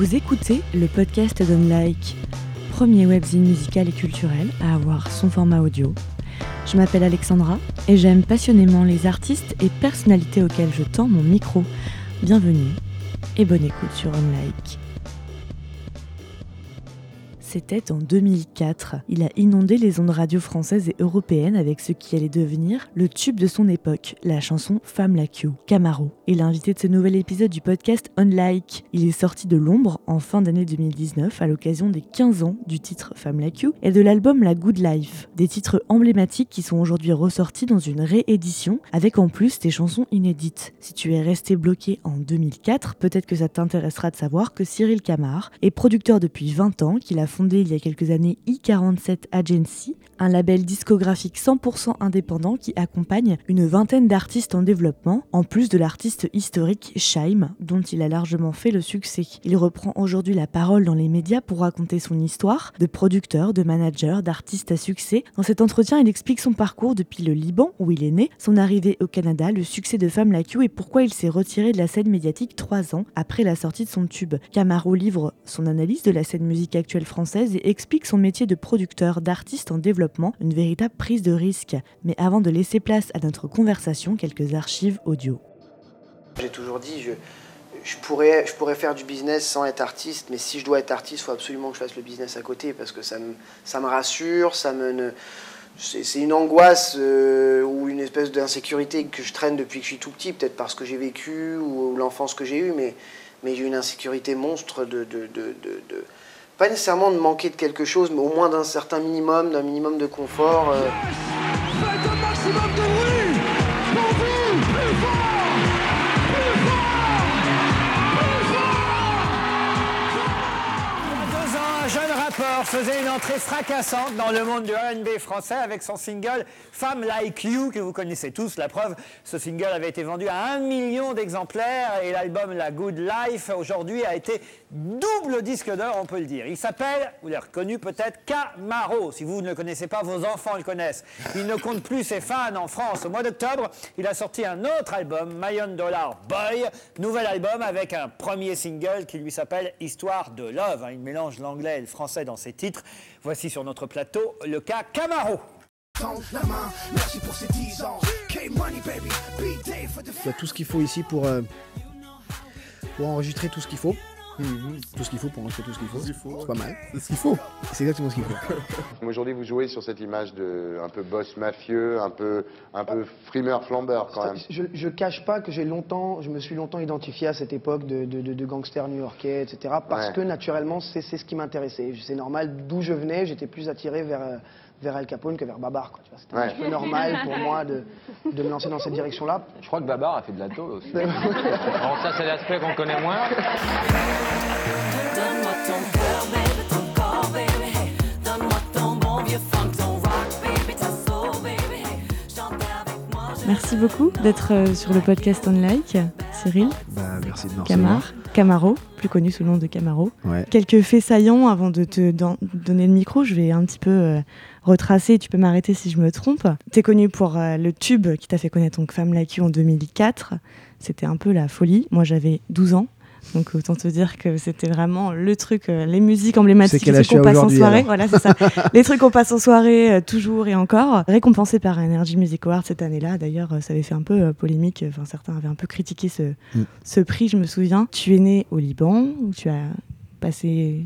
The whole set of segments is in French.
Vous écoutez le podcast d'Unlike, premier webzine musical et culturel à avoir son format audio. Je m'appelle Alexandra et j'aime passionnément les artistes et personnalités auxquelles je tends mon micro. Bienvenue et bonne écoute sur Unlike. C'était en 2004. Il a inondé les ondes radio françaises et européennes avec ce qui allait devenir le tube de son époque, la chanson Femme Like You. Camaro est l'invité de ce nouvel épisode du podcast Unlike. Il est sorti de l'ombre en fin d'année 2019 à l'occasion des 15 ans du titre Femme Like You et de l'album La Good Life. Des titres emblématiques qui sont aujourd'hui ressortis dans une réédition avec en plus des chansons inédites. Si tu es resté bloqué en 2004, peut-être que ça t'intéressera de savoir que Cyril Camare est producteur depuis 20 ans, qu'il a fondé il y a quelques années I-47 Agency, un label discographique 100% indépendant qui accompagne une vingtaine d'artistes en développement, en plus de l'artiste historique Shaim, dont il a largement fait le succès. Il reprend aujourd'hui la parole dans les médias pour raconter son histoire de producteur, de manager, d'artiste à succès. Dans cet entretien, il explique son parcours depuis le Liban, où il est né, son arrivée au Canada, le succès de Femme Like You et pourquoi il s'est retiré de la scène médiatique 3 ans après la sortie de son tube. Camaro livre son analyse de la scène musique actuelle française et explique son métier de producteur, d'artiste en développement, une véritable prise de risque. Mais avant de laisser place à notre conversation, quelques archives audio. J'ai toujours dit, je pourrais faire du business sans être artiste, mais si je dois être artiste, il faut absolument que je fasse le business à côté parce que ça me rassure, c'est une angoisse ou une espèce d'insécurité que je traîne depuis que je suis tout petit, peut-être parce que j'ai vécu ou l'enfance que j'ai eue, mais j'ai une insécurité monstre pas nécessairement de manquer de quelque chose, mais au moins d'un certain minimum, d'un minimum de confort. Faites un maximum de bruit pour vous, plus fort, plus fort, plus fort. Il y a 2 ans, un jeune rappeur faisait une entrée fracassante dans le monde du R&B français avec son single Femme Like You, que vous connaissez tous. La preuve, ce single avait été vendu à 1 million d'exemplaires et l'album La Good Life, aujourd'hui, a été double disque d'or, on peut le dire. Il s'appelle, vous l'avez reconnu peut-être, Camaro. Si vous ne le connaissez pas, vos enfants le connaissent. Il ne compte plus ses fans en France. Au mois d'octobre, il a sorti un autre album, $1 Million Boy, nouvel album avec un premier single qui lui s'appelle Histoire de Love. Il mélange l'anglais et le français dans ses titres. Voici sur notre plateau le cas Camaro. Il y a tout ce qu'il faut ici pour enregistrer tout ce qu'il faut. Tout ce qu'il faut pour enregistrer tout ce qu'il faut. C'est pas mal. C'est ce qu'il faut. C'est exactement ce qu'il faut. Aujourd'hui, vous jouez sur cette image de un peu boss mafieux, un peu frimeur flambeur quand même. Je cache pas que je me suis longtemps identifié à cette époque de gangsters new-yorkais, etc. Parce que naturellement, c'est ce qui m'intéressait. C'est normal, d'où je venais, j'étais plus attiré vers Al Capone que vers Babar, quoi. C'était un petit peu normal pour moi de me lancer dans cette direction-là. Je crois que Babar a fait de la tôle aussi. Alors ça, c'est l'aspect qu'on connaît moins. Donne-moi ton cœur, baby, ton corps, baby. Donne-moi ton bon vieux funk, ton rock, baby, ta soul, baby. Chante avec moi. Merci beaucoup d'être sur le podcast Unlike, Cyril. Merci de me recevoir. Camaro, plus connu sous le nom de Camaro. Ouais. Quelques faits saillants avant de te donner le micro. Je vais un petit peu retracer, tu peux m'arrêter si je me trompe. T'es connu pour le tube qui t'a fait connaître donc Femme Like You en 2004. C'était un peu la folie. Moi, j'avais 12 ans. Donc autant te dire que c'était vraiment le truc, les musiques emblématiques, les trucs qu'on passe en soirée. Alors. Voilà, c'est ça. Les trucs qu'on passe en soirée toujours et encore. Récompensé par Energy Music Award cette année-là. D'ailleurs, ça avait fait un peu polémique. Enfin, certains avaient un peu critiqué ce prix, je me souviens. Tu es né au Liban, où tu as passé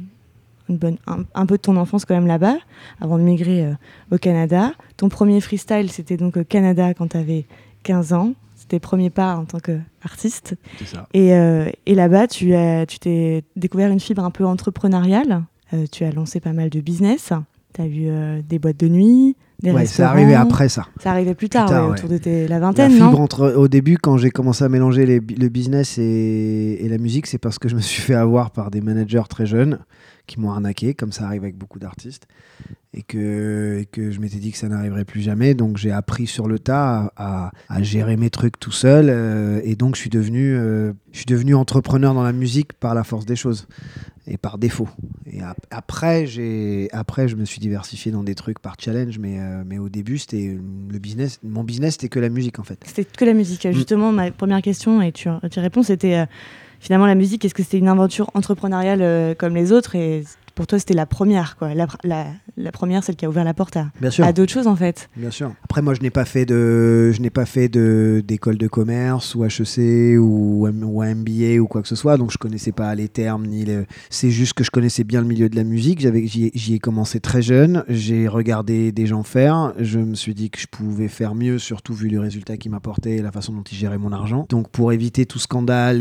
un peu de ton enfance quand même là-bas, avant de migrer au Canada. Ton premier freestyle, c'était donc au Canada quand tu avais 15 ans. Tes premiers pas en tant qu'artiste. C'est ça. Et là-bas, tu t'es découvert une fibre un peu entrepreneuriale. Tu as lancé pas mal de business. Tu as eu des boîtes de nuit, des restaurants. C'est arrivé après ça. Ça arrivait plus tard, autour de la vingtaine, la fibre non au début, quand j'ai commencé à mélanger le business et la musique, c'est parce que je me suis fait avoir par des managers très jeunes qui m'ont arnaqué, comme ça arrive avec beaucoup d'artistes. Et que je m'étais dit que ça n'arriverait plus jamais, donc j'ai appris sur le tas à gérer mes trucs tout seul, et donc je suis devenu entrepreneur dans la musique par la force des choses et par défaut. Et après je me suis diversifié dans des trucs par challenge, mais au début c'était mon business c'était que la musique en fait. C'était que la musique. Justement, ma première question et tu réponds, c'était finalement, la musique, est-ce que c'était une aventure entrepreneuriale comme les autres et pour toi, c'était la première, quoi. La première, celle qui a ouvert la porte Bien sûr. à d'autres choses, en fait. Bien sûr. Après, moi, je n'ai pas fait d'école de commerce ou HEC ou un MBA ou quoi que ce soit, donc je connaissais pas les termes c'est juste que je connaissais bien le milieu de la musique. J'y ai commencé très jeune. J'ai regardé des gens faire. Je me suis dit que je pouvais faire mieux, surtout vu les résultats qu'ils m'apportaient et la façon dont ils géraient mon argent. Donc, pour éviter tout scandale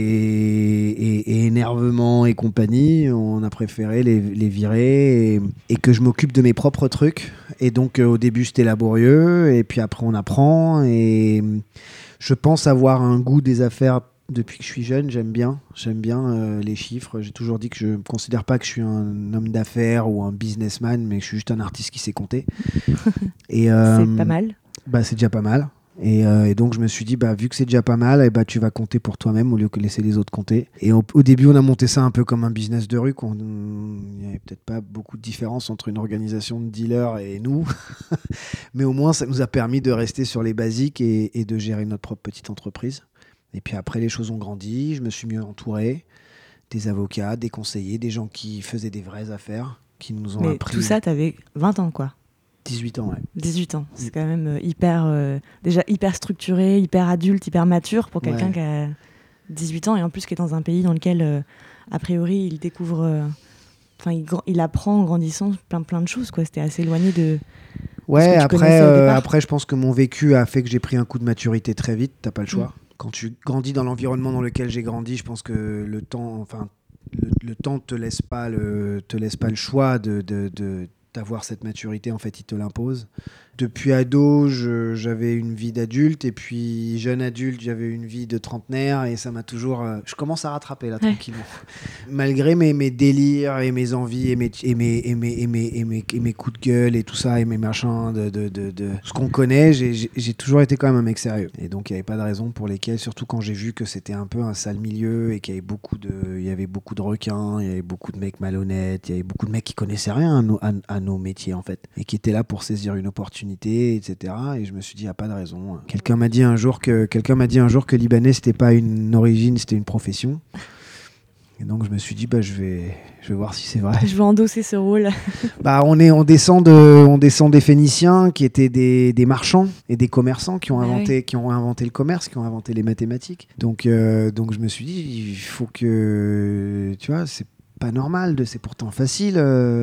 et énervement et compagnie, on a préféré les virer et que je m'occupe de mes propres trucs. Et donc au début c'était laborieux et puis après on apprend et je pense avoir un goût des affaires depuis que je suis jeune. J'aime bien les chiffres. J'ai toujours dit que je ne me considère pas que je suis un homme d'affaires ou un businessman, mais que je suis juste un artiste qui sait compter. Et, c'est pas mal. Bah, c'est déjà pas mal. Et donc je me suis dit, vu que c'est déjà pas mal, tu vas compter pour toi-même au lieu que laisser les autres compter. Et au début, on a monté ça un peu comme un business de rue. Il n'y avait peut-être pas beaucoup de différence entre une organisation de dealers et nous. Mais au moins, ça nous a permis de rester sur les basiques et de gérer notre propre petite entreprise. Et puis après, les choses ont grandi. Je me suis mieux entouré. Des avocats, des conseillers, des gens qui faisaient des vraies affaires, qui nous ont Mais appris. tout ça, t'avais 20 ans, quoi. 18 ans, ouais. 18 ans. C'est quand même déjà hyper structuré, hyper adulte, hyper mature pour quelqu'un qui a 18 ans et en plus qui est dans un pays dans lequel, a priori, il découvre... il apprend en grandissant plein de choses, quoi. C'était assez éloigné de... Ouais, ce que tu connaissais au départ. après, je pense que mon vécu a fait que j'ai pris un coup de maturité très vite. T'as pas le choix. Quand tu grandis dans l'environnement dans lequel j'ai grandi, je pense que le temps te laisse pas le choix d'avoir cette maturité. En fait, il te l'impose. Depuis ado, j'avais une vie d'adulte et puis jeune adulte, j'avais une vie de trentenaire et ça m'a toujours... je commence à rattraper là, tranquillement. Malgré mes délires et mes envies et mes coups de gueule et tout ça et mes machins de ce qu'on connaît, j'ai toujours été quand même un mec sérieux. Et donc, il n'y avait pas de raison pour lesquelles, surtout quand j'ai vu que c'était un peu un sale milieu et qu'il y avait beaucoup de requins, il y avait beaucoup de mecs malhonnêtes, il y avait beaucoup de mecs qui connaissaient rien à nos métiers, en fait, et qui étaient là pour saisir une opportunité, etc. Et je me suis dit, il n'y a pas de raison. Quelqu'un m'a dit un jour que Libanais, c'était pas une origine, c'était une profession. Et donc je me suis dit, je vais voir si c'est vrai. Je vais endosser ce rôle. On descend des Phéniciens qui étaient des marchands et des commerçants qui ont inventé le commerce, qui ont inventé les mathématiques. Donc je me suis dit, il faut que, tu vois, c'est pas normal, c'est pourtant facile.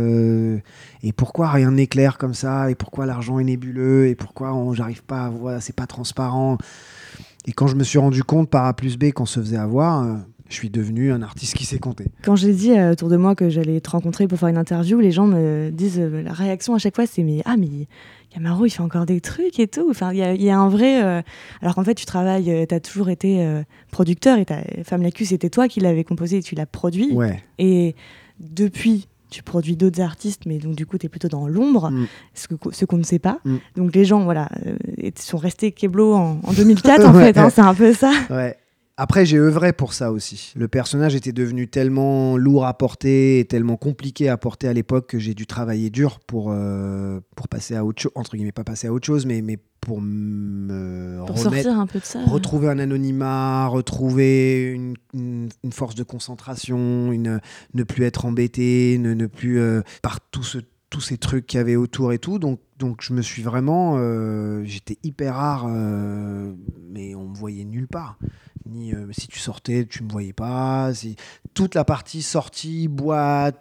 Et pourquoi rien n'est clair comme ça? Et pourquoi l'argent est nébuleux? Et pourquoi j'arrive pas à voir? C'est pas transparent. Et quand je me suis rendu compte par A plus B qu'on se faisait avoir, je suis devenu un artiste qui sait compter. Quand j'ai dit autour de moi que j'allais te rencontrer pour faire une interview, les gens me disent, la réaction à chaque fois, c'est mais Camaro, il fait encore des trucs et tout. Enfin, il y a un vrai... Alors qu'en fait, tu travailles, tu as toujours été producteur et Femme Lacue, c'était toi qui l'avais composé et tu l'as produit. Ouais. Et depuis, tu produis d'autres artistes, mais donc du coup, tu es plutôt dans l'ombre, ce qu'on ne sait pas. Donc les gens, sont restés Keblo en 2004, en fait. Hein, c'est un peu ça. Ouais. Après, j'ai œuvré pour ça aussi. Le personnage était devenu tellement lourd à porter et tellement compliqué à porter à l'époque que j'ai dû travailler dur pour passer à autre chose, entre guillemets, pas passer à autre chose, mais pour me pour sortir un peu de ça. Retrouver un anonymat, retrouver une force de concentration, ne plus être embêté, ne plus par tous ces trucs qu'il y avait autour et tout. Donc je me suis vraiment... j'étais hyper rare, mais on me voyait nulle part. Ni si tu sortais, tu me voyais pas. Toute la partie sortie, boîte,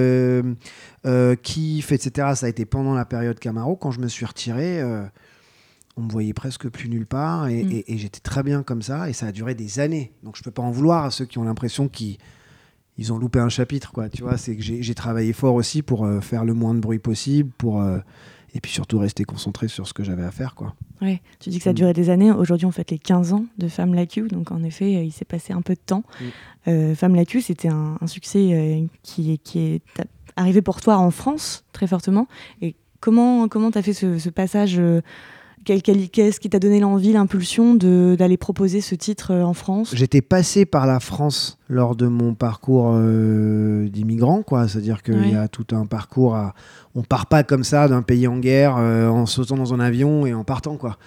kiff, etc., ça a été pendant la période Camaro. Quand je me suis retiré, on me voyait presque plus nulle part et j'étais très bien comme ça et ça a duré des années. Donc je peux pas en vouloir à ceux qui ont l'impression qu'ils ont loupé un chapitre, quoi. Tu vois, c'est que j'ai travaillé fort aussi pour faire le moins de bruit possible, et puis surtout rester concentré sur ce que j'avais à faire, quoi. Ouais, tu dis que ça a duré des années. Aujourd'hui, on fête les 15 ans de Femme Lacue, donc en effet, il s'est passé un peu de temps. Femme Lacue, c'était un succès qui est arrivé pour toi en France, très fortement. Et comment tu as fait ce passage Qu'est-ce qui t'a donné l'envie, l'impulsion d'aller proposer ce titre en France? J'étais passé par la France lors de mon parcours d'immigrant, quoi. C'est-à-dire qu'il y a tout un parcours on part pas comme ça d'un pays en guerre en sautant dans un avion et en partant, quoi.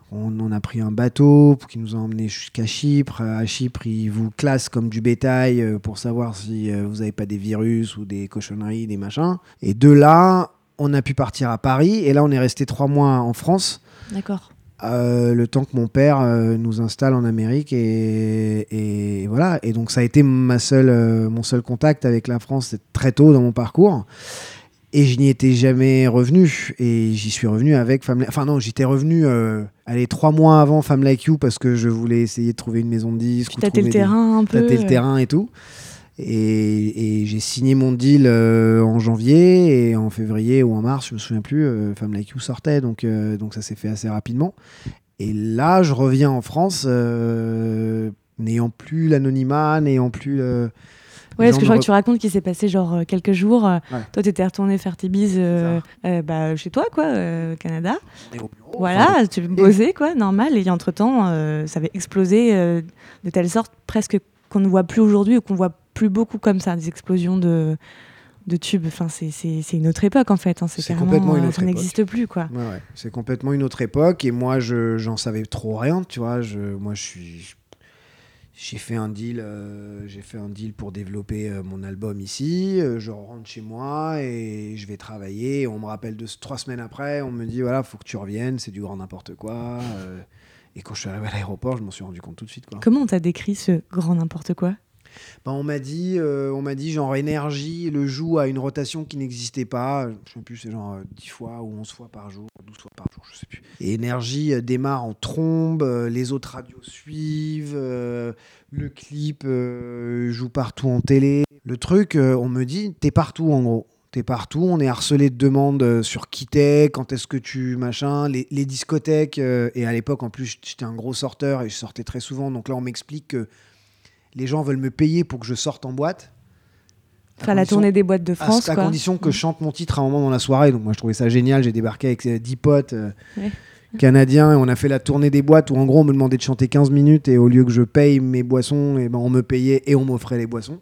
On a pris un bateau qui nous a emmenés jusqu'à Chypre. À Chypre, ils vous classent comme du bétail pour savoir si vous n'avez pas des virus ou des cochonneries, des machins. Et de là, on a pu partir à Paris. Et là, on est resté 3 mois en France. D'accord. Le temps que mon père nous installe en Amérique. Et voilà. Et donc, ça a été mon seul contact avec la France très tôt dans mon parcours. Et je n'y étais jamais revenu. Et j'y suis revenu avec Femme... Enfin non, j'étais revenu 3 mois avant Femme Like You parce que je voulais essayer de trouver une maison de disques. Tu tâtais le terrain un peu. Tâter le terrain et tout. Et j'ai signé mon deal en janvier. Et en février ou en mars, je me souviens plus, Femme Like You sortait. Donc ça s'est fait assez rapidement. Et là, je reviens en France n'ayant plus l'anonymat, n'ayant plus... Ouais, parce que je crois que tu racontes qu'il s'est passé genre quelques jours. Ouais. Toi, t'étais retourné faire tes bises chez toi, quoi, au Canada. Et au bureau, Voilà, tu bossais, quoi, normal. Et entre-temps, ça avait explosé de telle sorte presque qu'on ne voit plus aujourd'hui ou qu'on voit plus beaucoup comme ça, des explosions de tubes. Enfin, c'est une autre époque, en fait. Hein. C'est complètement une autre ça époque. n'existe plus, quoi. Ouais. C'est complètement une autre époque. Et moi, j'en savais trop rien, tu vois. J'ai fait un deal pour développer mon album ici. Je rentre chez moi et je vais travailler. On me rappelle 3 semaines après, on me dit voilà, faut que tu reviennes, c'est du grand n'importe quoi. Et quand je suis arrivé à l'aéroport, je m'en suis rendu compte tout de suite, quoi. Comment on t'a décrit ce grand n'importe quoi ? On m'a dit genre énergie le joue à une rotation qui n'existait pas. Je ne sais plus, c'est genre 10 fois ou 11 fois par jour, 12 fois par jour, je sais plus. Et énergie démarre en trombe, les autres radios suivent, le clip joue partout en télé. Le truc, on me dit, t'es partout en gros. T'es partout, on est harcelé de demandes sur qui t'es, quand est-ce que tu machin, les discothèques. Et à l'époque, en plus, j'étais un gros sorteur et je sortais très souvent. Donc là, on m'explique que les gens veulent me payer pour que je sorte en boîte. Enfin, la tournée des boîtes de France, à condition que je chante mon titre à un moment dans la soirée. Donc moi, je trouvais ça génial. J'ai débarqué avec 10 potes canadiens et on a fait la tournée des boîtes où en gros, on me demandait de chanter 15 minutes et au lieu que je paye mes boissons, et on me payait et on m'offrait les boissons.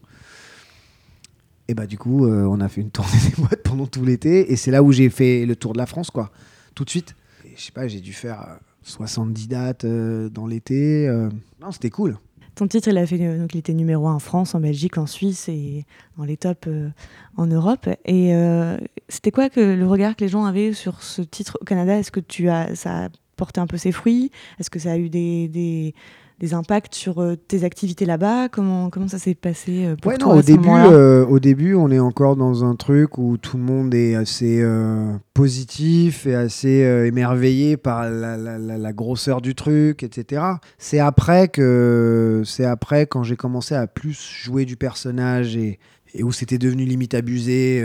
Et du coup, on a fait une tournée des boîtes pendant tout l'été et c'est là où j'ai fait le tour de la France, quoi. Tout de suite. Et, je sais pas, j'ai dû faire 70 dates dans l'été. Non, c'était cool. Ton titre, il était numéro 1 en France, en Belgique, en Suisse et dans les tops en Europe. Et c'était quoi le regard que les gens avaient sur ce titre au Canada ? Est-ce que ça a porté un peu ses fruits ? Est-ce que ça a eu des impacts sur tes activités là-bas ? Comment ça s'est passé pour toi à ce moment-là ? Au début, on est encore dans un truc où tout le monde est assez positif et assez émerveillé par la grosseur du truc, etc. C'est après, quand j'ai commencé à plus jouer du personnage et où c'était devenu limite abusé,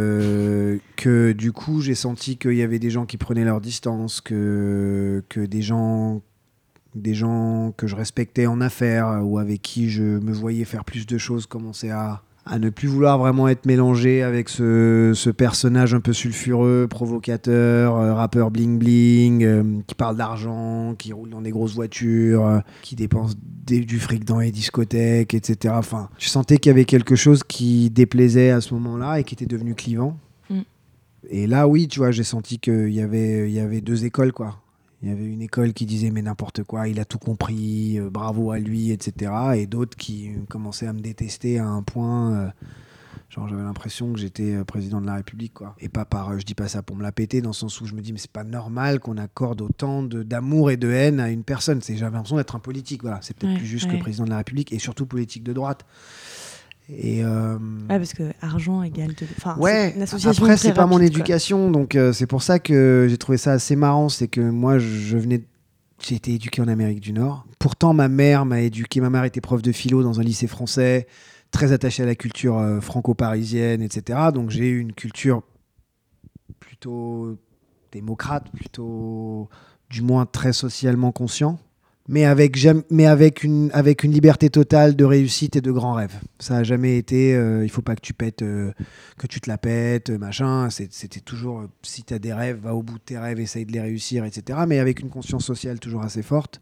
que du coup, j'ai senti qu'il y avait des gens qui prenaient leur distance, que des gens que je respectais en affaires ou avec qui je me voyais faire plus de choses commençaient à ne plus vouloir vraiment être mélangé avec ce personnage un peu sulfureux, provocateur, rappeur bling bling, qui parle d'argent, qui roule dans des grosses voitures, qui dépense du fric dans les discothèques, etc. Enfin, je sentais qu'il y avait quelque chose qui déplaisait à ce moment-là et qui était devenu clivant. Et là, oui, tu vois, j'ai senti qu'il y avait 2 écoles, quoi. Il y avait une école qui disait mais n'importe quoi, il a tout compris, bravo à lui, etc. Et d'autres qui commençaient à me détester à un point, genre j'avais l'impression que j'étais président de la République, quoi. Et pas je dis pas ça pour me la péter, dans le sens où je me dis mais c'est pas normal qu'on accorde autant d'amour et de haine à une personne. J'avais l'impression d'être un politique, voilà. C'est peut-être plus juste que président de la République et surtout politique de droite. Et parce que argent égale ouais, une association après c'est pas mon rapide, éducation, donc c'est pour ça que j'ai trouvé ça assez marrant. C'est que moi j'ai été éduqué en Amérique du Nord, pourtant ma mère m'a éduqué. Ma mère était prof de philo dans un lycée français, très attachée à la culture franco-parisienne, etc. Donc j'ai eu une culture plutôt démocrate, plutôt du moins très socialement conscient, mais avec une liberté totale de réussite et de grands rêves. Ça a jamais été il faut pas que tu pètes, que tu te la pètes, machin. C'était toujours si tu as des rêves, va au bout de tes rêves, essaye de les réussir, etc. Mais avec une conscience sociale toujours assez forte.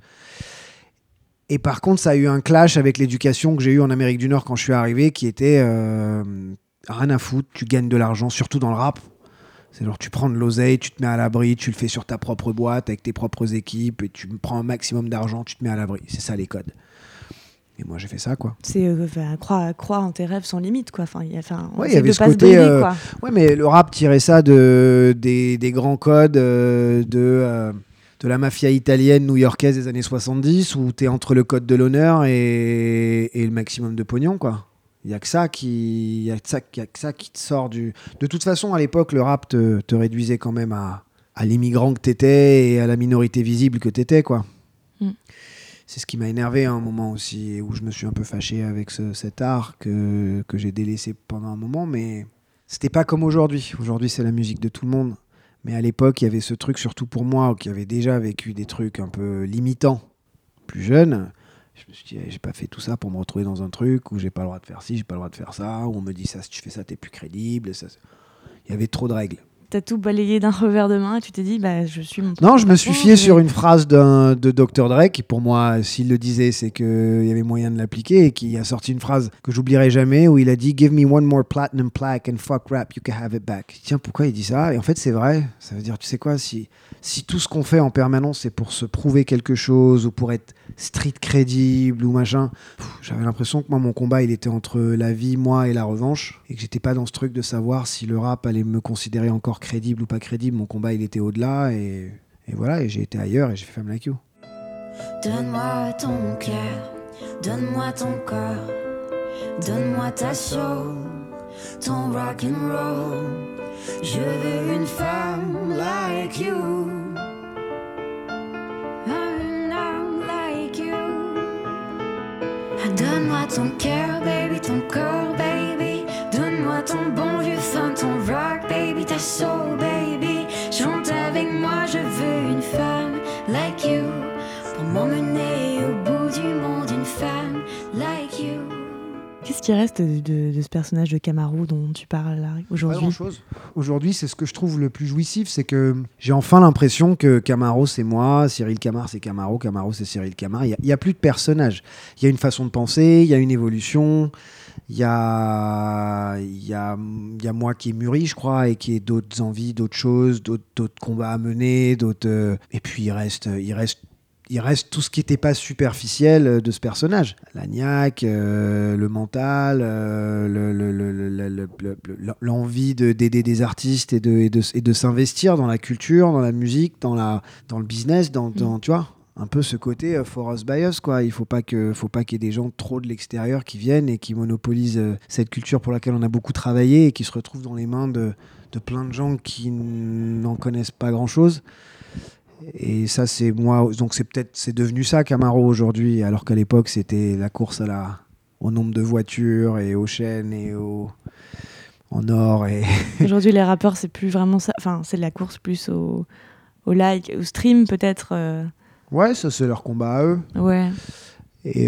Et par contre, ça a eu un clash avec l'éducation que j'ai eue en Amérique du Nord quand je suis arrivé, qui était rien à foutre, tu gagnes de l'argent, surtout dans le rap. C'est genre tu prends de l'oseille, tu te mets à l'abri, tu le fais sur ta propre boîte avec tes propres équipes et tu prends un maximum d'argent, tu te mets à l'abri. C'est ça les codes. Et moi j'ai fait ça quoi. C'est crois en tes rêves sans limite quoi. Enfin, il y Ouais, avait ce pas se côté. brider, quoi. Ouais, mais le rap tirait ça des grands codes de la mafia italienne new-yorkaise des années 70 où t'es entre le code de l'honneur et le maximum de pognon quoi. Il y a que ça qui te sort du. De toute façon, à l'époque, le rap te réduisait quand même à l'immigrant que t'étais et à la minorité visible que t'étais, quoi. Mm. C'est ce qui m'a énervé à un moment aussi, et où je me suis un peu fâché avec cet art que j'ai délaissé pendant un moment, mais c'était pas comme aujourd'hui. Aujourd'hui, c'est la musique de tout le monde. Mais à l'époque, il y avait ce truc, surtout pour moi, qui avait déjà vécu des trucs un peu limitants, plus jeune. Je me suis dit, j'ai pas fait tout ça pour me retrouver dans un truc où j'ai pas le droit de faire ci, j'ai pas le droit de faire ça, où on me dit ça, si tu fais ça, t'es plus crédible. Il y avait trop de règles. T'as tout balayé d'un revers de main et tu t'es dit, bah, je suis mon Non, je me suis patron, fié sur une phrase de Dr. Dre qui, pour moi, s'il le disait, c'est qu'il y avait moyen de l'appliquer et qui a sorti une phrase que j'oublierai jamais où il a dit « Give me one more platinum plaque and fuck rap, you can have it back ». Tiens, pourquoi il dit ça ? Et en fait, c'est vrai. Ça veut dire, tu sais quoi, si tout ce qu'on fait en permanence, c'est pour se prouver quelque chose ou pour être street crédible ou machin, j'avais l'impression que moi, mon combat, il était entre la vie, moi et la revanche et que j'étais pas dans ce truc de savoir si le rap allait me considérer encore crédible ou pas crédible. Mon combat, il était au-delà et voilà, et j'ai été ailleurs et j'ai fait Femme Like You. Donne-moi ton cœur, donne-moi ton corps, donne-moi ta soul, ton rock and roll. Je veux une femme like you. Un homme like you. Donne-moi ton cœur, baby, ton corps, baby. Donne-moi ton bon vieux fun, ton rock, baby, ta soul, baby. Chante avec moi, je veux une femme like you. Pour m'emmener au bout du monde, une femme like you. Qu'est-ce qui reste de ce personnage de Camaro dont tu parles là, Pas aujourd'hui ? grand-chose. Aujourd'hui, c'est ce que je trouve le plus jouissif, c'est que j'ai enfin l'impression que Camaro, c'est moi, Cyril Camar, c'est Camaro, Camaro, c'est Cyril Camar. Il y a plus de personnages. Il y a une façon de penser, il y a une évolution, il y a moi qui est mûri, je crois, et qui ai d'autres envies, d'autres choses, d'autres combats à mener, d'autres... Et puis, il reste tout ce qui n'était pas superficiel de ce personnage. La niaque, le mental, l'envie d'aider des artistes et de s'investir dans la culture, dans la musique, dans le business, tu vois, un peu ce côté for us by us, quoi. Il faut pas qu'il y ait des gens trop de l'extérieur qui viennent et qui monopolisent cette culture pour laquelle on a beaucoup travaillé et qui se retrouvent dans les mains de plein de gens qui n'en connaissent pas grand-chose. Et ça, c'est moi. Donc, c'est devenu ça, Camaro, aujourd'hui. Alors qu'à l'époque, c'était la course au nombre de voitures et aux chaînes et en or. Et Aujourd'hui, les rappeurs, c'est plus vraiment ça. Enfin, c'est de la course plus au like, au stream, peut-être. Ouais, ça, c'est leur combat à eux. Ouais. Et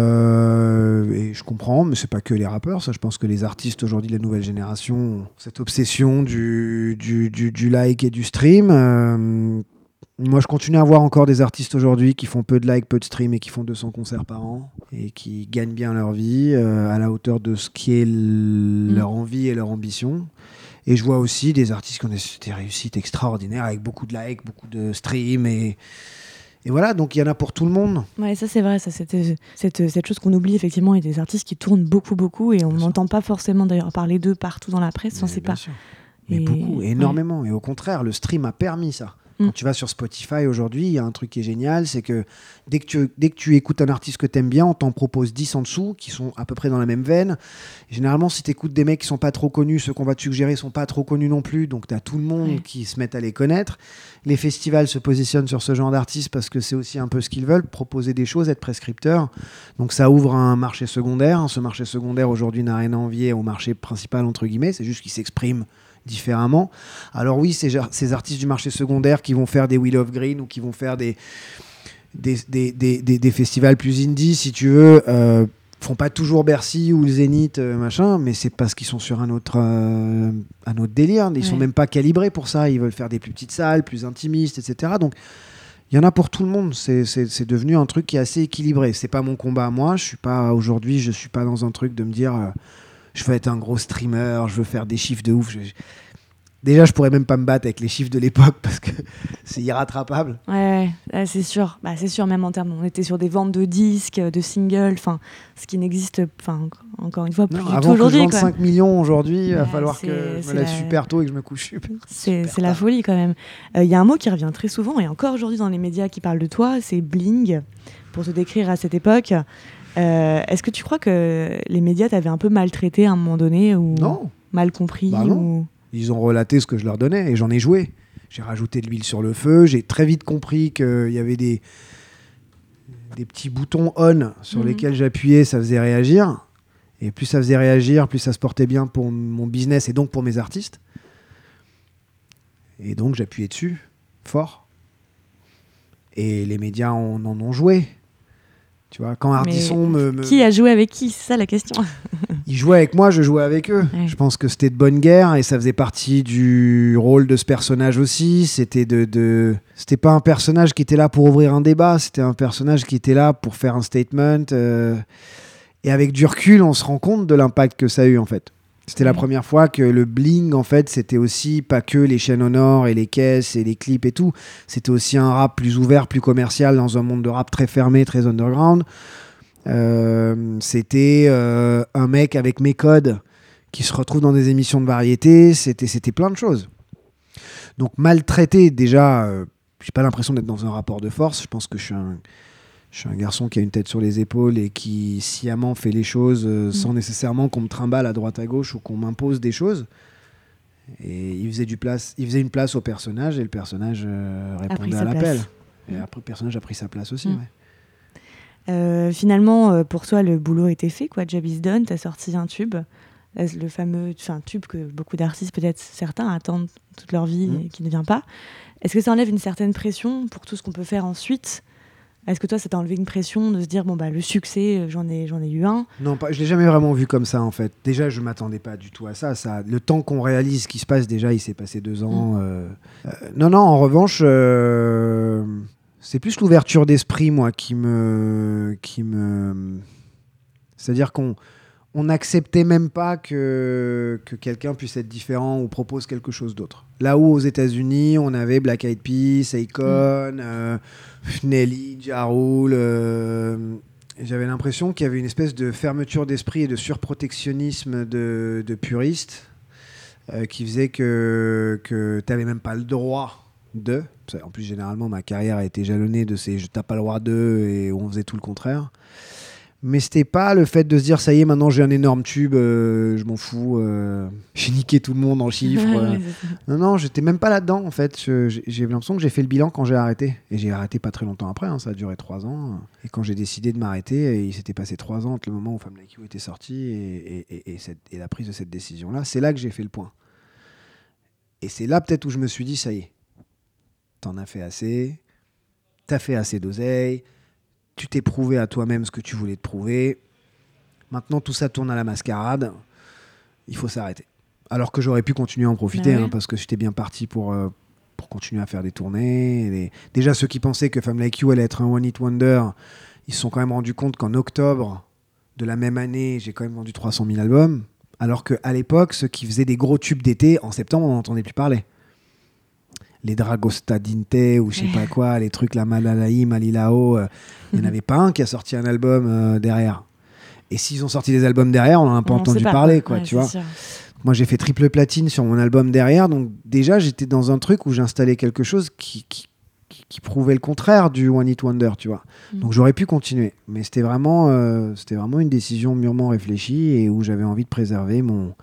je comprends, mais c'est pas que les rappeurs. Ça, je pense que les artistes aujourd'hui de la nouvelle génération ont cette obsession du like et du stream. Moi, je continue à voir encore des artistes aujourd'hui qui font peu de likes, peu de streams et qui font 200 concerts par an et qui gagnent bien leur vie à la hauteur de ce qui est leur envie et leur ambition. Et je vois aussi des artistes qui ont des réussites extraordinaires avec beaucoup de likes, beaucoup de streams et voilà, donc il y en a pour tout le monde. Ouais, ça c'est vrai, ça, cette chose qu'on oublie effectivement, il y a des artistes qui tournent beaucoup et on n'entend pas forcément d'ailleurs parler d'eux partout dans la presse, on sait pas. Sûr. Mais beaucoup, énormément. Ouais. Et au contraire, le stream a permis ça. Quand tu vas sur Spotify aujourd'hui, il y a un truc qui est génial, c'est que dès que tu écoutes un artiste que t'aimes bien, on t'en propose 10 en dessous, qui sont à peu près dans la même veine. Et généralement, si t'écoutes des mecs qui sont pas trop connus, ceux qu'on va te suggérer sont pas trop connus non plus, donc t'as tout le monde qui se met à les connaître. Les festivals se positionnent sur ce genre d'artistes parce que c'est aussi un peu ce qu'ils veulent, proposer des choses, être prescripteurs. Donc ça ouvre un marché secondaire. Ce marché secondaire, aujourd'hui, n'a rien à envier au marché principal, entre guillemets, c'est juste qu'il s'exprime différemment. Alors oui, ces artistes du marché secondaire qui vont faire des Wheel of Green ou qui vont faire des festivals plus indie, si tu veux, font pas toujours Bercy ou le Zénith, machin, mais c'est parce qu'ils sont sur un autre délire. Ils sont même pas calibrés pour ça. Ils veulent faire des plus petites salles, plus intimistes, etc. Donc il y en a pour tout le monde. C'est devenu un truc qui est assez équilibré. C'est pas mon combat à moi. Aujourd'hui, je suis pas dans un truc de me dire je veux être un gros streamer, je veux faire des chiffres de ouf. Déjà, je pourrais même pas me battre avec les chiffres de l'époque parce que c'est irrattrapable. Ouais, c'est sûr. C'est sûr, même en termes, on était sur des ventes de disques, de singles, enfin, ce qui n'existe, encore une fois, plus du tout Avant que aujourd'hui. je vende quoi. 5 millions aujourd'hui, il va falloir c'est- que je c'est me lève la- super tôt et que je me couche super. C'est la folie quand même. Il y a un mot qui revient très souvent, et encore aujourd'hui dans les médias qui parlent de toi, c'est bling, pour te décrire à cette époque. Est-ce que tu crois que les médias t'avaient un peu maltraité à un moment donné ou Non. mal compris Bah non. ou... Ils ont relaté ce que je leur donnais et j'en ai joué. J'ai rajouté de l'huile sur le feu. J'ai très vite compris qu'il y avait des petits boutons on sur lesquels j'appuyais, ça faisait réagir. Et plus ça faisait réagir, plus ça se portait bien pour mon business et donc pour mes artistes. Et donc j'appuyais dessus, fort. Et les médias en ont joué. Tu vois, quand Ardisson Qui a joué avec qui? C'est ça la question. Ils jouaient avec moi, je jouais avec eux. Ouais. Je pense que c'était de bonne guerre et ça faisait partie du rôle de ce personnage aussi. C'était c'était pas un personnage qui était là pour ouvrir un débat, c'était un personnage qui était là pour faire un statement. Et avec du recul, on se rend compte de l'impact que ça a eu en fait. C'était la première fois que le bling, en fait, c'était aussi pas que les chaînes au nord et les caisses et les clips et tout. C'était aussi un rap plus ouvert, plus commercial dans un monde de rap très fermé, très underground. C'était un mec avec mes codes qui se retrouve dans des émissions de variété. C'était plein de choses. Donc maltraité, déjà, j'ai pas l'impression d'être dans un rapport de force. Je pense que je suis un garçon qui a une tête sur les épaules et qui sciemment fait les choses sans nécessairement qu'on me trimballe à droite à gauche ou qu'on m'impose des choses. Et il faisait une place au personnage et le personnage répondait à l'appel. Et après, le personnage a pris sa place aussi. Ouais. Finalement, pour toi, le boulot était fait, quoi. Job is done. T'as sorti un tube, le fameux tube que beaucoup d'artistes, peut-être certains, attendent toute leur vie et qui ne vient pas. Est-ce que ça enlève une certaine pression pour tout ce qu'on peut faire ensuite? Est-ce que toi, ça t'a enlevé une pression de se dire, le succès, j'en ai eu un? Non, je l'ai jamais vraiment vu comme ça, en fait. Déjà, je m'attendais pas du tout à ça. Le temps qu'on réalise ce qui se passe, déjà, il s'est passé 2 ans. Non, en revanche, c'est plus l'ouverture d'esprit, moi, qui me... C'est-à-dire qu'on n'acceptait même pas que quelqu'un puisse être différent ou propose quelque chose d'autre. Là où aux États-Unis, on avait Black Eyed Peas, Akon, Nelly, Ja Rule. J'avais l'impression qu'il y avait une espèce de fermeture d'esprit et de surprotectionnisme de puristes qui faisait que tu n'avais même pas le droit de. En plus, généralement, ma carrière a été jalonnée de ces « je t'as pas le droit de » et on faisait tout le contraire. Mais c'était pas le fait de se dire ça y est, maintenant j'ai un énorme tube, je m'en fous, j'ai niqué tout le monde en chiffres. Non, j'étais même pas là-dedans en fait. J'ai l'impression que j'ai fait le bilan quand j'ai arrêté. Et j'ai arrêté pas très longtemps après, ça a duré 3 ans. Et quand j'ai décidé de m'arrêter, il s'était passé 3 ans entre le moment où Femme Like You était sortie et la prise de cette décision-là. C'est là que j'ai fait le point. Et c'est là peut-être où je me suis dit ça y est, t'en as fait assez, t'as fait assez d'oseille. Tu t'es prouvé à toi-même ce que tu voulais te prouver. Maintenant, tout ça tourne à la mascarade. Il faut s'arrêter. Alors que j'aurais pu continuer à en profiter, parce que j'étais bien parti pour continuer à faire des tournées. Déjà, ceux qui pensaient que Femme Like You allait être un One Hit Wonder, ils se sont quand même rendus compte qu'en octobre de la même année, j'ai quand même vendu 300 000 albums. Alors qu'à l'époque, ceux qui faisaient des gros tubes d'été, en septembre, on n'en entendait plus parler. Les Dragosta Dinte ou je sais pas quoi, les trucs, la Malalaï, Malilao, il n'y en avait pas un qui a sorti un album derrière. Et s'ils ont sorti des albums derrière, on n'en a pas entendu parler, quoi, tu vois. Sûr. Moi, j'ai fait triple platine sur mon album derrière, donc déjà, j'étais dans un truc où j'installais quelque chose qui prouvait le contraire du One Hit Wonder, tu vois. Donc j'aurais pu continuer, mais c'était vraiment une décision mûrement réfléchie et où j'avais envie de préserver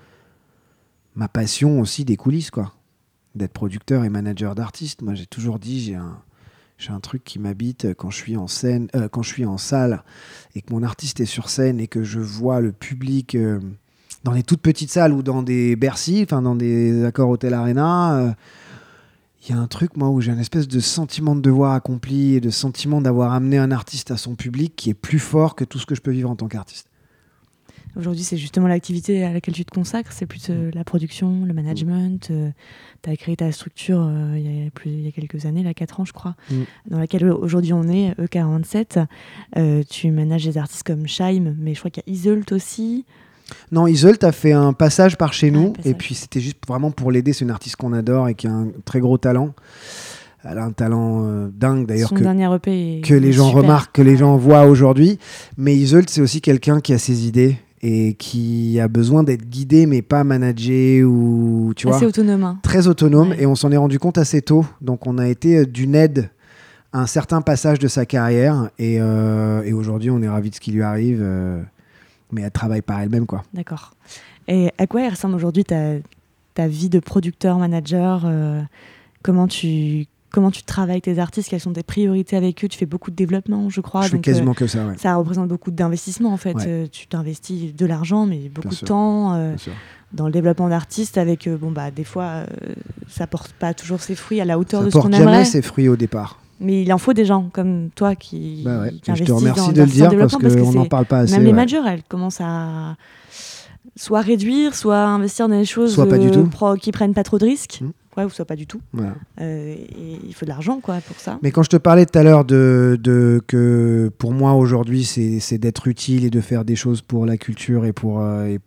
ma passion aussi des coulisses, quoi. D'être producteur et manager d'artistes. Moi, j'ai toujours dit, j'ai un truc qui m'habite quand je suis en scène, quand je suis en salle et que mon artiste est sur scène et que je vois le public dans des toutes petites salles ou dans des Bercy, enfin dans des Accor Hotel Arena. Il y a un truc, moi, où j'ai une espèce de sentiment de devoir accompli et de sentiment d'avoir amené un artiste à son public qui est plus fort que tout ce que je peux vivre en tant qu'artiste. Aujourd'hui, c'est justement l'activité à laquelle tu te consacres, c'est plus la production, le management. Tu as créé ta structure il y a quelques années, 4 ans je crois, dans laquelle aujourd'hui on est, E47. Tu manages des artistes comme Shaim, mais je crois qu'il y a Iseult aussi. Non, Iseult a fait un passage par chez nous, passage. et puis c'était juste vraiment pour l'aider. C'est une artiste qu'on adore et qui a un très gros talent. Elle a un talent dingue d'ailleurs Son dernier EP que les gens remarquent, que les gens voient aujourd'hui. Mais Iseult, c'est aussi quelqu'un qui a ses idées et qui a besoin d'être guidé, mais pas managé ou tu vois. Assez autonome. Hein. Très autonome, Ouais. et on s'en est rendu compte assez tôt. Donc on a été d'une aide à un certain passage de sa carrière, et aujourd'hui on est ravis de ce qui lui arrive. Mais elle travaille par elle-même, quoi. D'accord. Et à quoi elle ressemble aujourd'hui ta vie de producteur-manager comment tu travailles tes artistes? Quelles sont tes priorités avec eux? Tu fais beaucoup de développement, je crois. Je fais donc, quasiment que ça, ouais. ça représente beaucoup d'investissement, en fait. Ouais. Tu t'investis de l'argent, mais beaucoup Bien de sûr. temps Bien sûr. dans le développement d'artistes avec, des fois, ça porte pas toujours ses fruits à la hauteur Ça de ce qu'on porte jamais aimerait. ses fruits au départ. Mais il en faut des gens comme toi qui Bah ouais. qui Je te investissent remercie dans de le dire le parce développement, qu'on n'en parle pas assez. même les ouais. managers, elles commencent à soit réduire, soit investir dans des choses Soit pas du tout. qui prennent pas trop de risques, Mm. ou soit pas du tout. Voilà. Et il faut de l'argent quoi pour ça. Mais quand je te parlais tout à l'heure que pour moi aujourd'hui c'est d'être utile et de faire des choses pour la culture et pour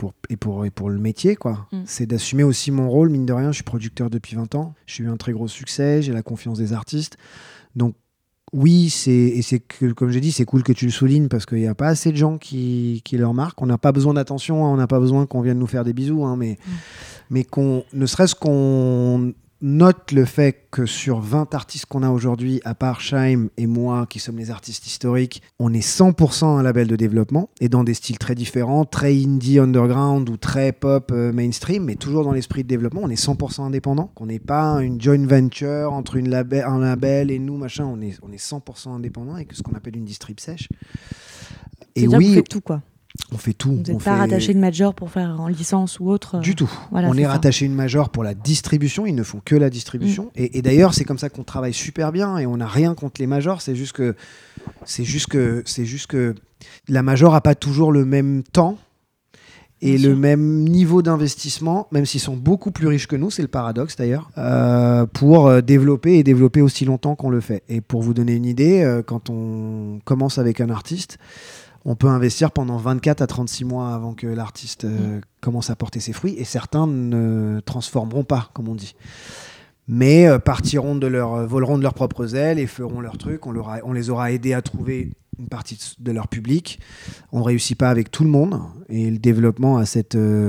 le métier, quoi. Mm. C'est d'assumer aussi mon rôle, mine de rien. Je suis producteur depuis 20 ans. J'ai eu un très gros succès. J'ai la confiance des artistes. Donc oui, comme j'ai dit, c'est cool que tu le soulignes parce qu'il n'y a pas assez de gens qui le remarquent. On n'a pas besoin d'attention, hein, on n'a pas besoin qu'on vienne nous faire des bisous, hein, mais ne serait-ce qu'on note le fait que sur 20 artistes qu'on a aujourd'hui, à part Shaim et moi, qui sommes les artistes historiques, on est 100% un label de développement, et dans des styles très différents, très indie underground ou très pop mainstream, mais toujours dans l'esprit de développement. On est 100% indépendant, qu'on n'est pas une joint venture entre un label et nous, machin. On est 100% indépendant avec ce qu'on appelle une distrib sèche. Et C'est-à-dire que vous oui, faites tout quoi. on fait tout. Vous On n'êtes pas fait- rattaché de major pour faire en licence ou autre. Du tout. Voilà, on c'est est ça. rattaché une major pour la distribution. Ils ne font que la distribution. Et d'ailleurs, c'est comme ça qu'on travaille super bien. Et on n'a rien contre les majors. C'est juste que la major n'a pas toujours le même temps et Bien le sûr. même niveau d'investissement, même s'ils sont beaucoup plus riches que nous. C'est le paradoxe d'ailleurs, pour développer aussi longtemps qu'on le fait. Et pour vous donner une idée, quand on commence avec un artiste, on peut investir pendant 24 à 36 mois avant que l'artiste commence à porter ses fruits, et certains ne transformeront pas, comme on dit. Mais voleront de leurs propres ailes et feront leur truc. On les aura aidés à trouver une partie de leur public. On ne réussit pas avec tout le monde, et le développement a ce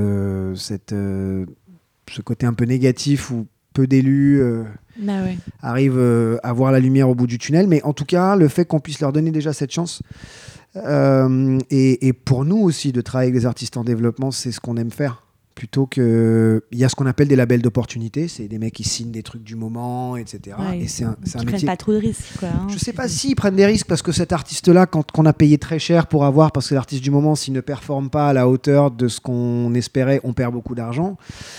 côté un peu négatif où peu d'élus Bah ouais. arrivent à voir la lumière au bout du tunnel. Mais en tout cas, le fait qu'on puisse leur donner déjà cette chance, et pour nous aussi de travailler avec des artistes en développement, c'est ce qu'on aime faire. Plutôt que... Il y a ce qu'on appelle des labels d'opportunité, c'est des mecs qui signent des trucs du moment, etc. Ouais, Et c'est un Ils prennent métier... pas trop de risques quoi. Hein, Je sais pas s'ils prennent des risques, parce que cet artiste-là, qu'on a payé très cher pour avoir, parce que l'artiste du moment, s'il ne performe pas à la hauteur de ce qu'on espérait, on perd beaucoup d'argent.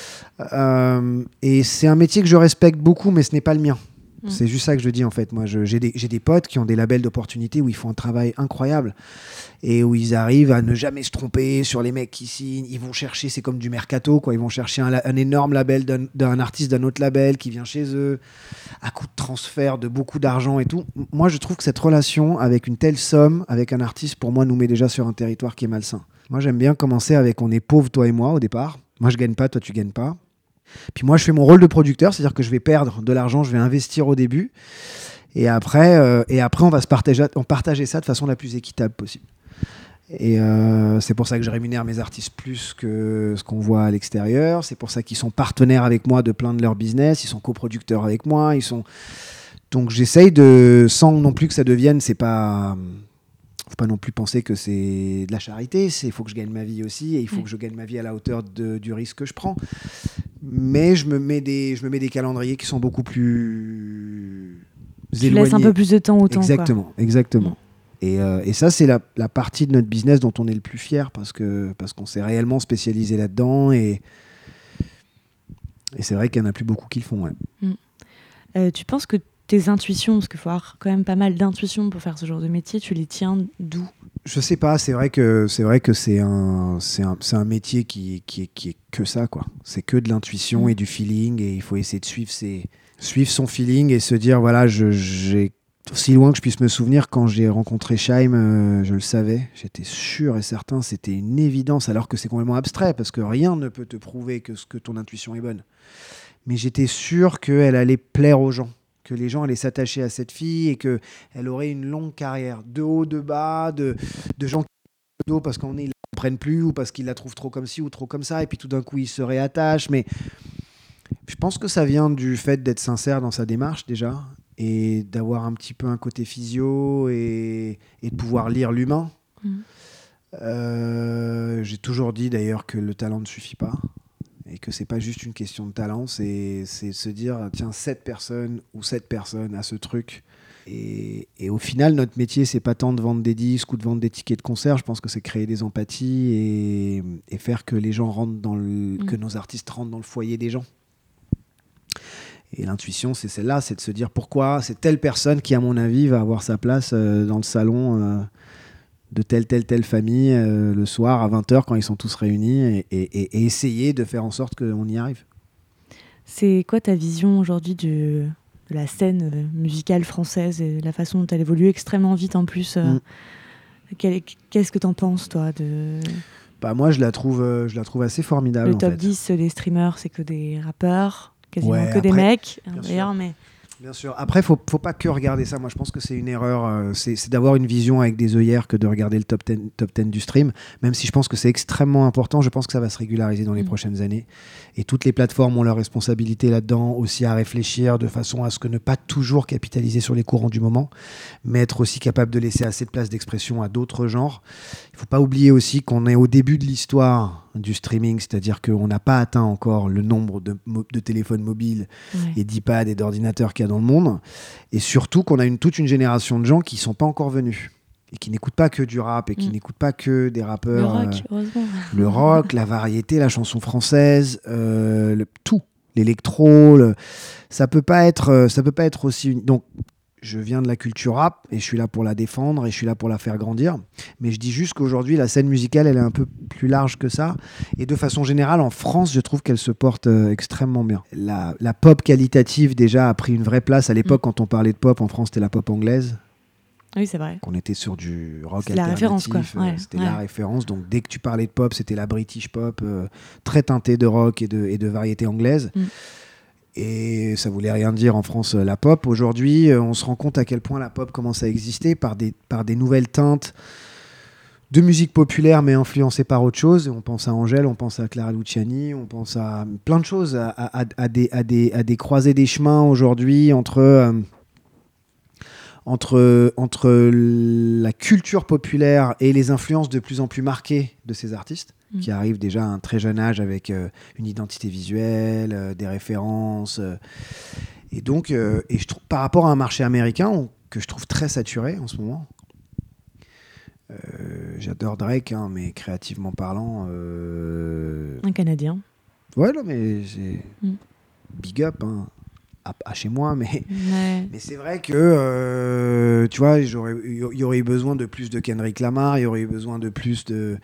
Et c'est un métier que je respecte beaucoup, mais ce n'est pas le mien. C'est juste ça que je dis en fait. Moi, j'ai des potes qui ont des labels d'opportunité où ils font un travail incroyable et où ils arrivent à ne jamais se tromper sur les mecs qui signent. Ils vont chercher, c'est comme du mercato, quoi. Ils vont chercher un énorme label d'un artiste d'un autre label qui vient chez eux à coup de transfert de beaucoup d'argent et tout. Moi, je trouve que cette relation avec une telle somme avec un artiste, pour moi, nous met déjà sur un territoire qui est malsain. Moi, j'aime bien commencer avec on est pauvre, toi et moi, au départ. Moi, je gagne pas, toi, tu gagnes pas. Puis moi, je fais mon rôle de producteur, c'est-à-dire que je vais perdre de l'argent, je vais investir au début, et après on va partager ça de façon la plus équitable possible. Et c'est pour ça que je rémunère mes artistes plus que ce qu'on voit à l'extérieur. C'est pour ça qu'ils sont partenaires avec moi de plein de leurs business, ils sont coproducteurs avec moi, donc j'essaye sans non plus que ça devienne, faut pas non plus penser que c'est de la charité, il faut que je gagne ma vie aussi, et il faut que je gagne ma vie à la hauteur du risque que je prends. Mais je me mets des calendriers qui sont beaucoup plus éloignés. Tu laisses un peu plus de temps au temps. Exactement. Et ça, c'est la partie de notre business dont on est le plus fier, parce qu'on s'est réellement spécialisé là-dedans, et c'est vrai qu'il n'y en a plus beaucoup qui le font. Ouais. Tu penses que tes intuitions, parce qu'il faut avoir quand même pas mal d'intuitions pour faire ce genre de métier, tu les tiens d'où ? Je sais pas, c'est vrai que c'est un métier qui est que ça, quoi. C'est que de l'intuition et du feeling, et il faut essayer de suivre son feeling et se dire voilà, j'ai aussi loin que je puisse me souvenir, quand j'ai rencontré Chaim, je le savais, j'étais sûr et certain, c'était une évidence, alors que c'est complètement abstrait, parce que rien ne peut te prouver que ton intuition est bonne. Mais j'étais sûr qu'elle allait plaire aux gens, que les gens allaient s'attacher à cette fille et qu'elle aurait une longue carrière, de haut, de bas, de gens qui dos parce qu'ils ne la comprennent plus ou parce qu'ils la trouvent trop comme ci ou trop comme ça, et puis tout d'un coup ils se réattachent. Mais je pense que ça vient du fait d'être sincère dans sa démarche déjà, et d'avoir un petit peu un côté physio et de pouvoir lire l'humain. J'ai toujours dit d'ailleurs que le talent ne suffit pas et que c'est pas juste une question de talent, c'est se dire tiens, cette personne a ce truc. Et au final, notre métier, c'est pas tant de vendre des disques ou de vendre des tickets de concert. Je pense que c'est créer des empathies et faire que les gens rentrent que nos artistes rentrent dans le foyer des gens. Et l'intuition, c'est celle-là, c'est de se dire pourquoi c'est telle personne qui, à mon avis, va avoir sa place dans le salon de telle famille le soir à 20h quand ils sont tous réunis et essayer de faire en sorte qu'on y arrive. C'est quoi ta vision aujourd'hui de la scène musicale française et la façon dont elle évolue extrêmement vite en plus Qu'est-ce que t'en penses, toi Moi, je la trouve assez formidable. Le top en fait. 10 des streamers, c'est que des rappeurs, quasiment ouais, que après, des mecs, bien d'ailleurs, sûr. mais... Bien sûr. Après, faut pas que regarder ça. Moi, je pense que c'est une erreur. C'est d'avoir une vision avec des œillères que de regarder le top 10 du stream. Même si je pense que c'est extrêmement important, je pense que ça va se régulariser dans les prochaines années. Et toutes les plateformes ont leur responsabilité là-dedans, aussi à réfléchir de façon à ce que ne pas toujours capitaliser sur les courants du moment, mais être aussi capable de laisser assez de place d'expression à d'autres genres. Il faut pas oublier aussi qu'on est au début de l'histoire du streaming, c'est-à-dire qu'on n'a pas atteint encore le nombre de téléphones mobiles et d'iPads et d'ordinateurs qu'il y a dans le monde, et surtout qu'on a toute une génération de gens qui ne sont pas encore venus et qui n'écoutent pas que du rap et qui n'écoutent pas que des rappeurs. Le rock, heureusement. Le rock, la variété, la chanson française, tout, l'électro, ça peut pas être aussi... Donc, je viens de la culture rap et je suis là pour la défendre et je suis là pour la faire grandir. Mais je dis juste qu'aujourd'hui, la scène musicale, elle est un peu plus large que ça. Et de façon générale, en France, je trouve qu'elle se porte extrêmement bien. La pop qualitative, déjà, a pris une vraie place. À l'époque, quand on parlait de pop, en France, c'était la pop anglaise. Oui, c'est vrai. Qu'on était sur du rock c'était alternatif. La référence, quoi. C'était la référence. Donc, dès que tu parlais de pop, c'était la British pop, très teintée de rock et de variété anglaise. Et ça voulait rien dire en France, la pop. Aujourd'hui, on se rend compte à quel point la pop commence à exister par des nouvelles teintes de musique populaire, mais influencée par autre chose. On pense à Angèle, on pense à Clara Luciani, on pense à plein de choses, à des croisées des chemins aujourd'hui entre la culture populaire et les influences de plus en plus marquées de ces artistes, qui arrivent déjà à un très jeune âge avec une identité visuelle, des références. Et donc, je trouve, par rapport à un marché américain que je trouve très saturé en ce moment, j'adore Drake, mais créativement parlant... Un Canadien. Ouais, non, mais c'est big up, à chez moi, mais c'est vrai que tu vois, il y aurait eu besoin de plus de Kendrick Lamar, il y aurait eu besoin de plus de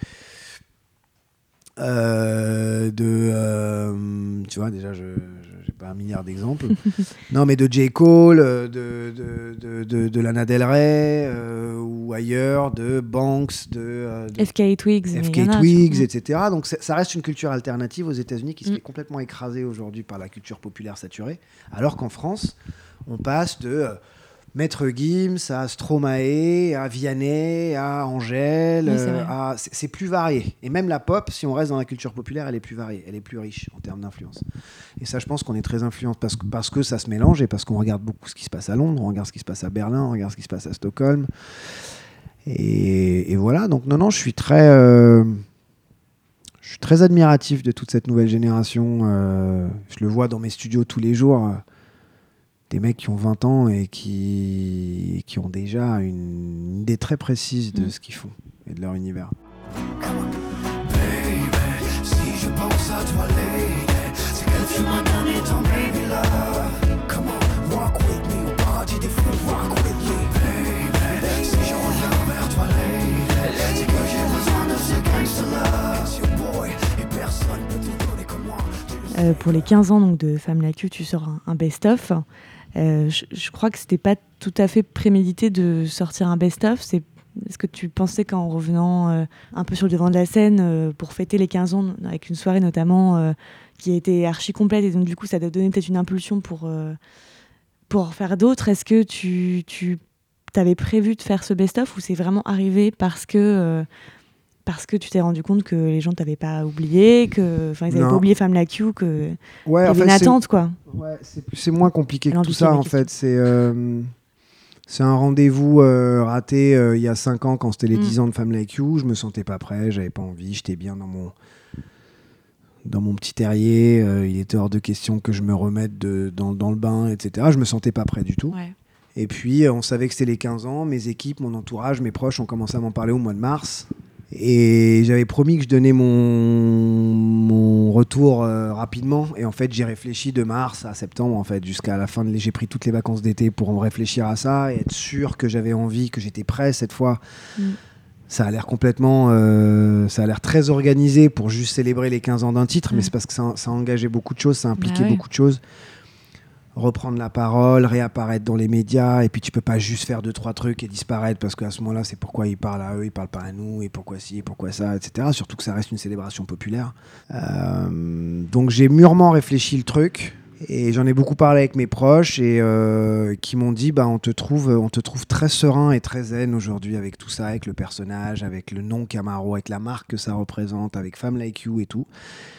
tu vois, déjà j'ai pas 1 milliard d'exemples. Non, mais de J. Cole, de Lana Del Rey, ou ailleurs, de Banks, de FKA Twigs, etc. Donc ça reste une culture alternative aux États-Unis qui se fait complètement écraser aujourd'hui par la culture populaire saturée, alors qu'en France, on passe de Maître Gims à Stromae, à Vianney, à Angèle, c'est plus varié. Et même la pop, si on reste dans la culture populaire, elle est plus variée, elle est plus riche en termes d'influence. Et ça, je pense qu'on est très influent parce que ça se mélange et parce qu'on regarde beaucoup ce qui se passe à Londres, on regarde ce qui se passe à Berlin, on regarde ce qui se passe à Stockholm. Et voilà, donc non, je suis très admiratif de toute cette nouvelle génération. Je le vois dans mes studios tous les jours. Des mecs qui ont 20 ans et qui ont déjà une idée très précise de ce qu'ils font et de leur univers. Baby, si je pense à toi, lady, c'est que tu m'as donné ton baby love. Come on, walk with me, au paradis des fous, walk with me. Baby, si je reviens vers toi, lady, c'est que j'ai besoin de ce gangsta love. Your boy, et personne peut te donner comme moi. Pour les 15 ans donc, de Femme Like You, tu sors un best-of. Je crois que c'était pas tout à fait prémédité de sortir un best-of. Est-ce que tu pensais qu'en revenant un peu sur le devant de la scène pour fêter les 15 ans, avec une soirée notamment qui a été archi complète, et donc du coup ça t'a donné peut-être une impulsion pour en faire d'autres, est-ce que tu t'avais prévu de faire ce best-of ou c'est vraiment arrivé parce que tu t'es rendu compte que les gens t'avaient pas oublié, ils n'avaient pas oublié Femme Like You, que il y avait une attente, quoi. Ouais, c'est moins compliqué que tout ça, en fait. C'est un rendez-vous raté il y a 5 ans quand c'était les 10 ans de Femme Like You. Je me sentais pas prêt, j'avais pas envie, j'étais bien dans mon petit terrier. Il était hors de question que je me remette dans le bain, etc. Je me sentais pas prêt du tout. Ouais. Et puis, on savait que c'était les 15 ans. Mes équipes, mon entourage, mes proches ont commencé à m'en parler au mois de mars. Et j'avais promis que je donnais mon retour rapidement. Et en fait, j'ai réfléchi de mars à septembre, en fait, jusqu'à la fin. J'ai pris toutes les vacances d'été pour en réfléchir à ça et être sûr que j'avais envie, que j'étais prêt cette fois. Ça a l'air ça a l'air très organisé pour juste célébrer les 15 ans d'un titre, mais c'est parce que ça a engagé beaucoup de choses, ça a impliqué beaucoup de choses. Reprendre la parole, réapparaître dans les médias, et puis tu peux pas juste faire 2-3 trucs et disparaître parce qu'à ce moment-là, c'est pourquoi ils parlent à eux, ils parlent pas à nous, et pourquoi ci, et pourquoi ça, etc. Surtout que ça reste une célébration populaire. Donc j'ai mûrement réfléchi le truc, et j'en ai beaucoup parlé avec mes proches, et qui m'ont dit, on te trouve très serein et très zen aujourd'hui avec tout ça, avec le personnage, avec le nom Camaro, avec la marque que ça représente, avec Femme Like You et tout.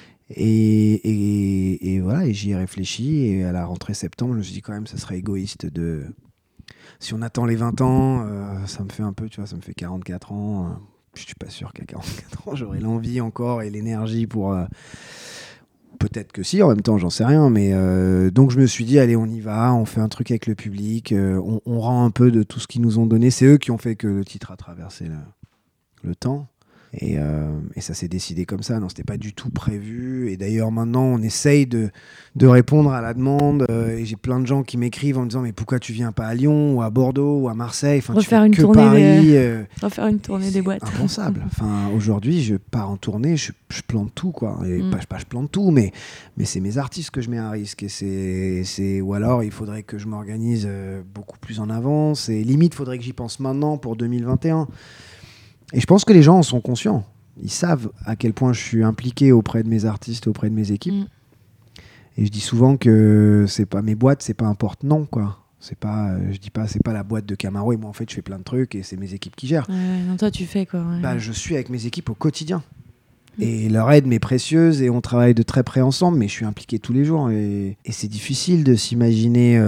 Et voilà, et j'y ai réfléchi, et à la rentrée septembre, je me suis dit quand même, ça serait égoïste si on attend les 20 ans, ça me fait un peu, tu vois, ça me fait 44 ans, je suis pas sûr qu'à 44 ans, j'aurai l'envie encore et l'énergie pour... Peut-être que si, en même temps, j'en sais rien, mais donc je me suis dit, allez, on y va, on fait un truc avec le public, on rend un peu de tout ce qu'ils nous ont donné, c'est eux qui ont fait que le titre a traversé le temps. Et ça s'est décidé comme ça. Non, c'était pas du tout prévu. Et d'ailleurs, maintenant, on essaye de répondre à la demande. Et j'ai plein de gens qui m'écrivent en me disant, mais pourquoi tu viens pas à Lyon ou à Bordeaux ou à Marseille? Enfin, refaire tu fais une que Paris. Refaire une tournée des boîtes. Impensable. Enfin, aujourd'hui, je pars en tournée, je plante tout, quoi. Et pas je plante tout, mais c'est mes artistes que je mets à risque. Et ou alors, il faudrait que je m'organise beaucoup plus en avance. Et limite, il faudrait que j'y pense maintenant pour 2021. Et je pense que les gens en sont conscients. Ils savent à quel point je suis impliqué auprès de mes artistes, auprès de mes équipes. Et je dis souvent que c'est pas mes boîtes, c'est pas un porte-nom, quoi. C'est pas, je dis pas, c'est pas la boîte de Camaro et moi en fait je fais plein de trucs et c'est mes équipes qui gèrent. Non, toi tu fais quoi. Ouais. Je suis avec mes équipes au quotidien. Et leur aide m'est précieuse et on travaille de très près ensemble, mais je suis impliqué tous les jours. Et c'est difficile de s'imaginer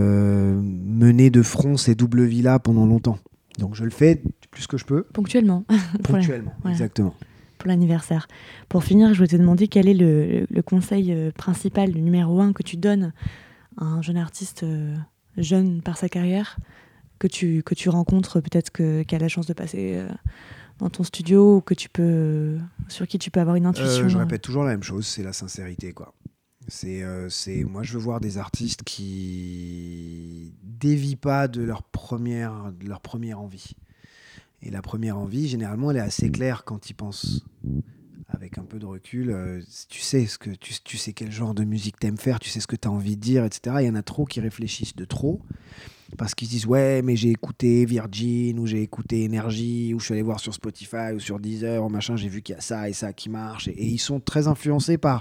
mener de front ces doubles vies-là pendant longtemps. Donc je le fais plus que je peux. Ponctuellement. Ponctuellement, exactement. Pour l'anniversaire. Pour finir, je voulais te demander quel est le conseil principal, le numéro 1 que tu donnes à un jeune artiste jeune par sa carrière, que tu rencontres peut-être qui a la chance de passer dans ton studio, ou sur qui tu peux avoir une intuition. Je répète toujours la même chose, c'est la sincérité, quoi. Moi, je veux voir des artistes qui dévient pas de leur première envie. Et la première envie, généralement, elle est assez claire quand ils pensent. Avec un peu de recul, tu sais quel genre de musique t'aimes faire, tu sais ce que t'as envie de dire, etc. Il y en a trop qui réfléchissent de trop, parce qu'ils se disent ouais, mais j'ai écouté Virgin, ou j'ai écouté Energy, ou je suis allé voir sur Spotify ou sur Deezer, ou machin, j'ai vu qu'il y a ça et ça qui marche, et ils sont très influencés par...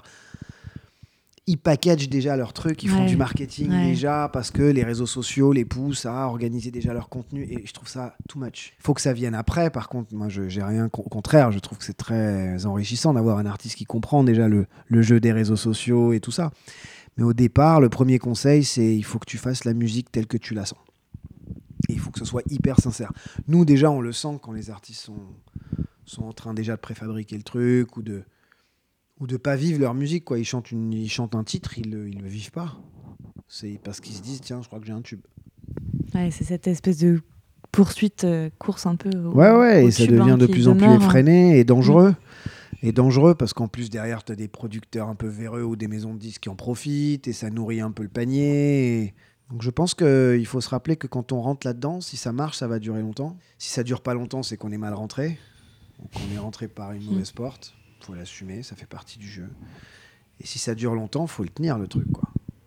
Ils packagent déjà leurs trucs, ils font du marketing déjà, parce que les réseaux sociaux les poussent à organiser déjà leur contenu, et je trouve ça too much. Il faut que ça vienne après. Par contre, moi, j'ai rien au contraire, je trouve que c'est très enrichissant d'avoir un artiste qui comprend déjà le jeu des réseaux sociaux et tout ça. Mais au départ, le premier conseil, c'est il faut que tu fasses la musique telle que tu la sens. Et il faut que ce soit hyper sincère. Nous, déjà, on le sent quand les artistes sont en train déjà de préfabriquer le truc, ou de pas vivre leur musique, quoi. Ils chantent un titre, ils le vivent pas. C'est parce qu'ils se disent tiens, je crois que j'ai un tube. Ouais, c'est cette espèce de poursuite, course un peu. Et ça devient de plus en plus effréné et dangereux. Et dangereux parce qu'en plus derrière tu as des producteurs un peu véreux ou des maisons de disques qui en profitent, et ça nourrit un peu le panier. Donc je pense qu'il faut se rappeler que quand on rentre là-dedans, si ça marche, ça va durer longtemps. Si ça dure pas longtemps, c'est qu'on est mal rentré, ou qu'on est rentré par une mauvaise porte. Faut l'assumer, ça fait partie du jeu. Et si ça dure longtemps, faut le tenir, le truc, quoi.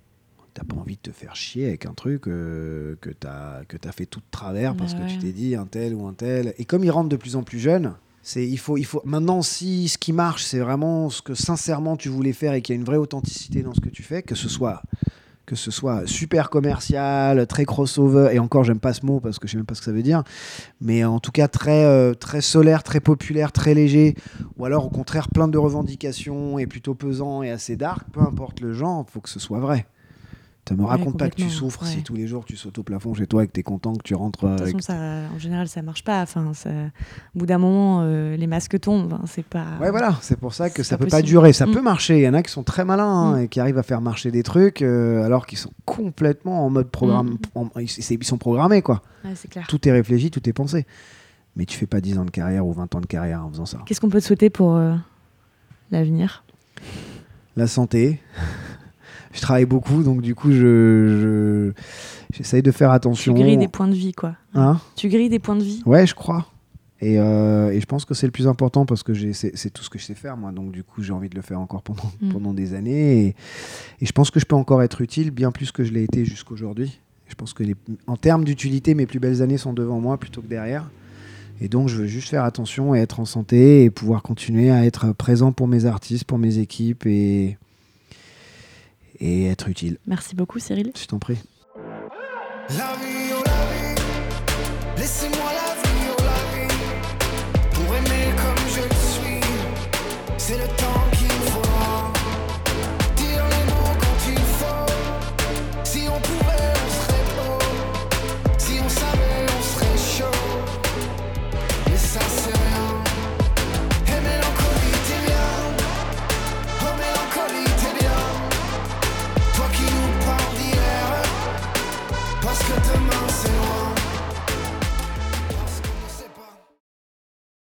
T'as pas envie de te faire chier avec un truc que t'as fait tout de travers parce que tu t'es dit un tel ou un tel. Et comme ils rentrent de plus en plus jeunes, il faut maintenant, si ce qui marche, c'est vraiment ce que sincèrement tu voulais faire et qu'il y a une vraie authenticité dans ce que tu fais, que ce soit super commercial, très crossover, et encore j'aime pas ce mot parce que je sais même pas ce que ça veut dire, mais en tout cas très solaire, très populaire, très léger, ou alors au contraire plein de revendications et plutôt pesant et assez dark, peu importe le genre, faut que ce soit vrai. Ça me raconte pas que tu souffres si tous les jours tu sautes au plafond chez toi et que t'es content que tu rentres. De toute façon, en général, ça marche pas. Enfin, au bout d'un moment, les masques tombent. Enfin, c'est pas. Ouais, voilà. C'est pour ça que ça peut possible. pas durer. Ça peut marcher. Il y en a qui sont très malins et qui arrivent à faire marcher des trucs alors qu'ils sont complètement en mode programme. Ils sont programmés, quoi. Ouais, c'est clair. Tout est réfléchi, tout est pensé. Mais tu fais pas 10 ans de carrière ou 20 ans de carrière en faisant ça. Qu'est-ce qu'on peut te souhaiter pour l'avenir ? La santé. Je travaille beaucoup, donc du coup, j'essaye de faire attention. Tu grilles des points de vie, quoi. Hein ? Tu grilles des points de vie ? Ouais, je crois. Et je pense que c'est le plus important parce que c'est tout ce que je sais faire, moi. Donc du coup, j'ai envie de le faire encore pendant des années. Et je pense que je peux encore être utile, bien plus que je l'ai été jusqu'aujourd'hui. Je pense que en termes d'utilité, mes plus belles années sont devant moi plutôt que derrière. Et donc, je veux juste faire attention et être en santé et pouvoir continuer à être présent pour mes artistes, pour mes équipes et être utile. Merci beaucoup, Cyril. Je t'en prie. La vie, oh la vie, laissez-moi la vie, oh la vie, pour aimer comme je le suis, c'est le temps qui